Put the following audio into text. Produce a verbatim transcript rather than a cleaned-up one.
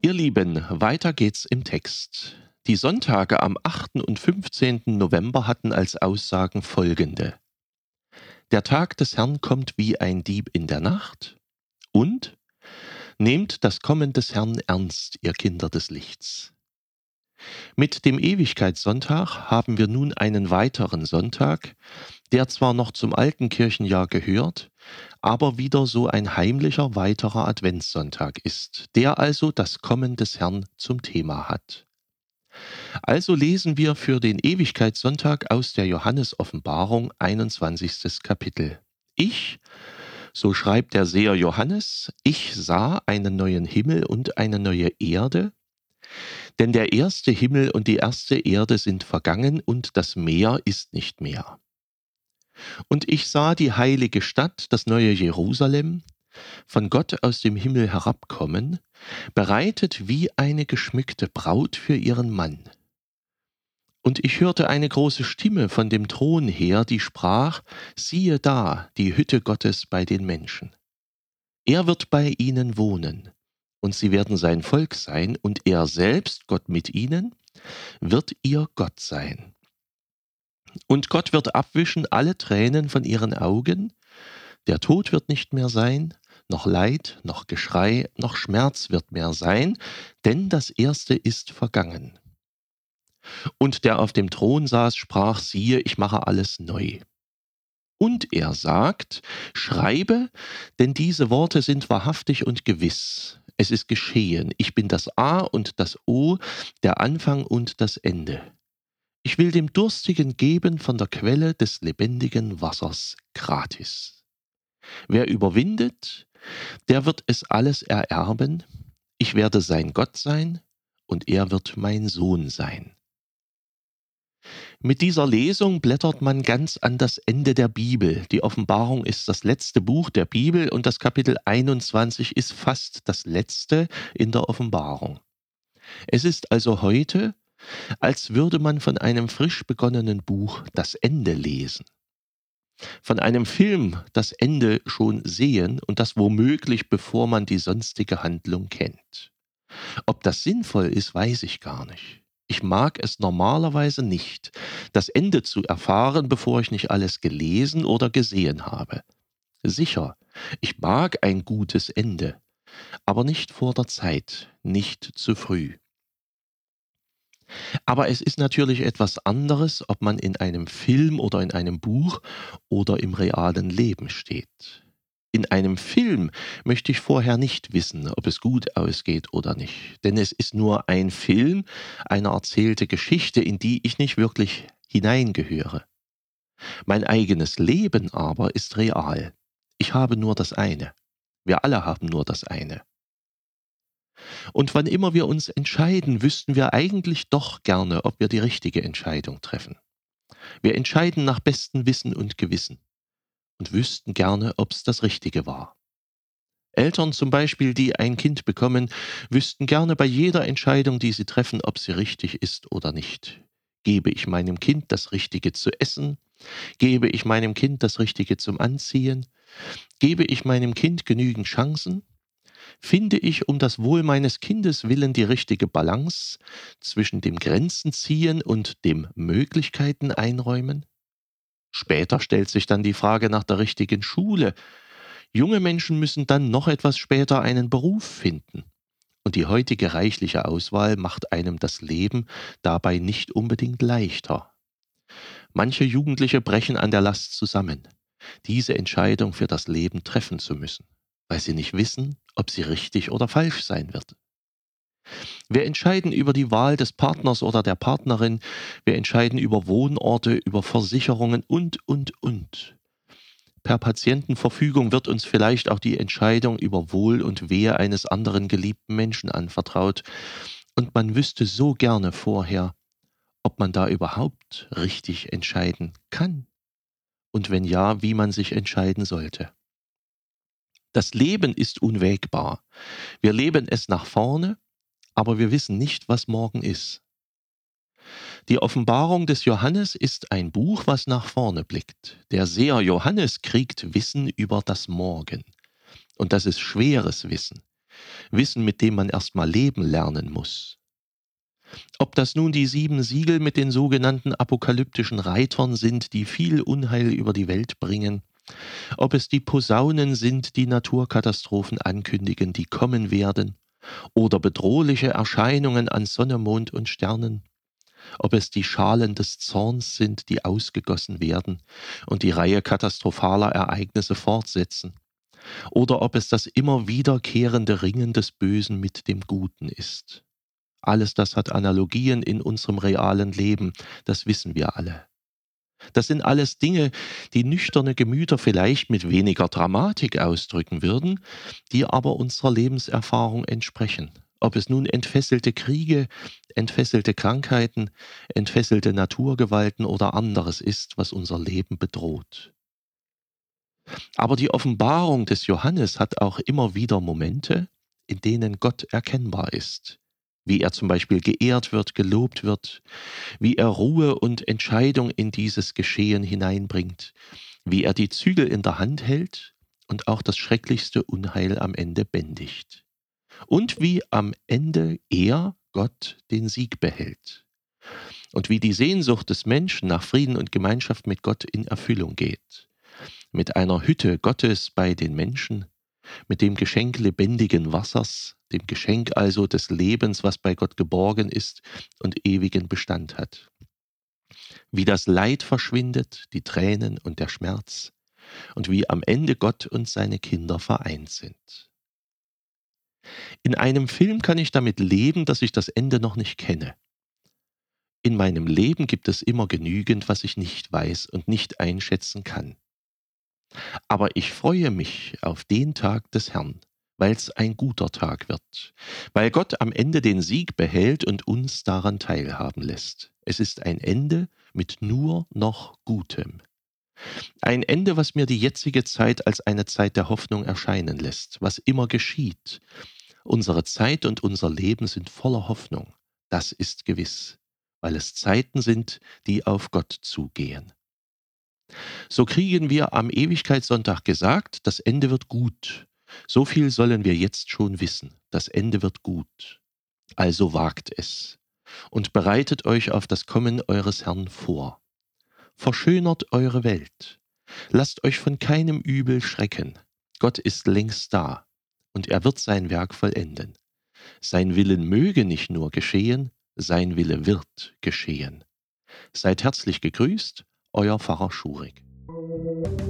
Ihr Lieben, weiter geht's im Text. Die Sonntage am achten und fünfzehnten November hatten als Aussagen folgende: Der Tag des Herrn kommt wie ein Dieb in der Nacht und nehmt das Kommen des Herrn ernst, ihr Kinder des Lichts. Mit dem Ewigkeitssonntag haben wir nun einen weiteren Sonntag, der zwar noch zum alten Kirchenjahr gehört, aber wieder so ein heimlicher weiterer Adventssonntag ist, der also das Kommen des Herrn zum Thema hat. Also lesen wir für den Ewigkeitssonntag aus der Johannes-Offenbarung, einundzwanzigstes Kapitel. Ich, so schreibt der Seher Johannes, ich sah einen neuen Himmel und eine neue Erde, denn der erste Himmel und die erste Erde sind vergangen und das Meer ist nicht mehr. Und ich sah die heilige Stadt, das neue Jerusalem, von Gott aus dem Himmel herabkommen, bereitet wie eine geschmückte Braut für ihren Mann. Und ich hörte eine große Stimme von dem Thron her, die sprach: Siehe da, die Hütte Gottes bei den Menschen. Er wird bei ihnen wohnen, und sie werden sein Volk sein, und er selbst, Gott mit ihnen, wird ihr Gott sein. Und Gott wird abwischen alle Tränen von ihren Augen, der Tod wird nicht mehr sein, noch Leid, noch Geschrei, noch Schmerz wird mehr sein, denn das Erste ist vergangen. Und der auf dem Thron saß, sprach: Siehe, ich mache alles neu. Und er sagt: Schreibe, denn diese Worte sind wahrhaftig und gewiss. Es ist geschehen. Ich bin das A und das O, der Anfang und das Ende. Ich will dem Durstigen geben von der Quelle des lebendigen Wassers gratis. Wer überwindet, der wird es alles ererben. Ich werde sein Gott sein und er wird mein Sohn sein. Mit dieser Lesung blättert man ganz an das Ende der Bibel. Die Offenbarung ist das letzte Buch der Bibel und das Kapitel einundzwanzig ist fast das letzte in der Offenbarung. Es ist also heute, als würde man von einem frisch begonnenen Buch das Ende lesen. Von einem Film das Ende schon sehen und das womöglich, bevor man die sonstige Handlung kennt. Ob das sinnvoll ist, weiß ich gar nicht. Ich mag es normalerweise nicht, das Ende zu erfahren, bevor ich nicht alles gelesen oder gesehen habe. Sicher, ich mag ein gutes Ende, aber nicht vor der Zeit, nicht zu früh. Aber es ist natürlich etwas anderes, ob man in einem Film oder in einem Buch oder im realen Leben steht. In einem Film möchte ich vorher nicht wissen, ob es gut ausgeht oder nicht. Denn es ist nur ein Film, eine erzählte Geschichte, in die ich nicht wirklich hineingehöre. Mein eigenes Leben aber ist real. Ich habe nur das eine. Wir alle haben nur das eine. Und wann immer wir uns entscheiden, wüssten wir eigentlich doch gerne, ob wir die richtige Entscheidung treffen. Wir entscheiden nach bestem Wissen und Gewissen und wüssten gerne, ob es das Richtige war. Eltern zum Beispiel, die ein Kind bekommen, wüssten gerne bei jeder Entscheidung, die sie treffen, ob sie richtig ist oder nicht. Gebe ich meinem Kind das Richtige zu essen? Gebe ich meinem Kind das Richtige zum Anziehen? Gebe ich meinem Kind genügend Chancen? Finde ich um das Wohl meines Kindes willen die richtige Balance zwischen dem Grenzen ziehen und dem Möglichkeiten einräumen? Später stellt sich dann die Frage nach der richtigen Schule. Junge Menschen müssen dann noch etwas später einen Beruf finden. Und die heutige reichliche Auswahl macht einem das Leben dabei nicht unbedingt leichter. Manche Jugendliche brechen an der Last zusammen, diese Entscheidung für das Leben treffen zu müssen, weil sie nicht wissen, ob sie richtig oder falsch sein wird. Wir entscheiden über die Wahl des Partners oder der Partnerin, wir entscheiden über Wohnorte, über Versicherungen und, und, und. Per Patientenverfügung wird uns vielleicht auch die Entscheidung über Wohl und Wehe eines anderen geliebten Menschen anvertraut und man wüsste so gerne vorher, ob man da überhaupt richtig entscheiden kann und wenn ja, wie man sich entscheiden sollte. Das Leben ist unwägbar. Wir leben es nach vorne, aber wir wissen nicht, was morgen ist. Die Offenbarung des Johannes ist ein Buch, was nach vorne blickt. Der Seher Johannes kriegt Wissen über das Morgen. Und das ist schweres Wissen. Wissen, mit dem man erst mal leben lernen muss. Ob das nun die sieben Siegel mit den sogenannten apokalyptischen Reitern sind, die viel Unheil über die Welt bringen, ob es die Posaunen sind, die Naturkatastrophen ankündigen, die kommen werden, oder bedrohliche Erscheinungen an Sonne, Mond und Sternen, ob es die Schalen des Zorns sind, die ausgegossen werden und die Reihe katastrophaler Ereignisse fortsetzen, oder ob es das immer wiederkehrende Ringen des Bösen mit dem Guten ist. Alles das hat Analogien in unserem realen Leben, das wissen wir alle. Das sind alles Dinge, die nüchterne Gemüter vielleicht mit weniger Dramatik ausdrücken würden, die aber unserer Lebenserfahrung entsprechen. Ob es nun entfesselte Kriege, entfesselte Krankheiten, entfesselte Naturgewalten oder anderes ist, was unser Leben bedroht. Aber die Offenbarung des Johannes hat auch immer wieder Momente, in denen Gott erkennbar ist, wie er zum Beispiel geehrt wird, gelobt wird, wie er Ruhe und Entscheidung in dieses Geschehen hineinbringt, wie er die Zügel in der Hand hält und auch das schrecklichste Unheil am Ende bändigt. Und wie am Ende er, Gott, den Sieg behält. Und wie die Sehnsucht des Menschen nach Frieden und Gemeinschaft mit Gott in Erfüllung geht. Mit einer Hütte Gottes bei den Menschen, mit dem Geschenk lebendigen Wassers, dem Geschenk also des Lebens, was bei Gott geborgen ist und ewigen Bestand hat. Wie das Leid verschwindet, die Tränen und der Schmerz, und wie am Ende Gott und seine Kinder vereint sind. In einem Film kann ich damit leben, dass ich das Ende noch nicht kenne. In meinem Leben gibt es immer genügend, was ich nicht weiß und nicht einschätzen kann. Aber ich freue mich auf den Tag des Herrn, weil es ein guter Tag wird, weil Gott am Ende den Sieg behält und uns daran teilhaben lässt. Es ist ein Ende mit nur noch Gutem. Ein Ende, was mir die jetzige Zeit als eine Zeit der Hoffnung erscheinen lässt, was immer geschieht. Unsere Zeit und unser Leben sind voller Hoffnung. Das ist gewiss, weil es Zeiten sind, die auf Gott zugehen. So kriegen wir am Ewigkeitssonntag gesagt, das Ende wird gut. So viel sollen wir jetzt schon wissen. Das Ende wird gut. Also wagt es und bereitet euch auf das Kommen eures Herrn vor. Verschönert eure Welt. Lasst euch von keinem Übel schrecken. Gott ist längst da und er wird sein Werk vollenden. Sein Willen möge nicht nur geschehen, sein Wille wird geschehen. Seid herzlich gegrüßt, euer Pfarrer Schurig.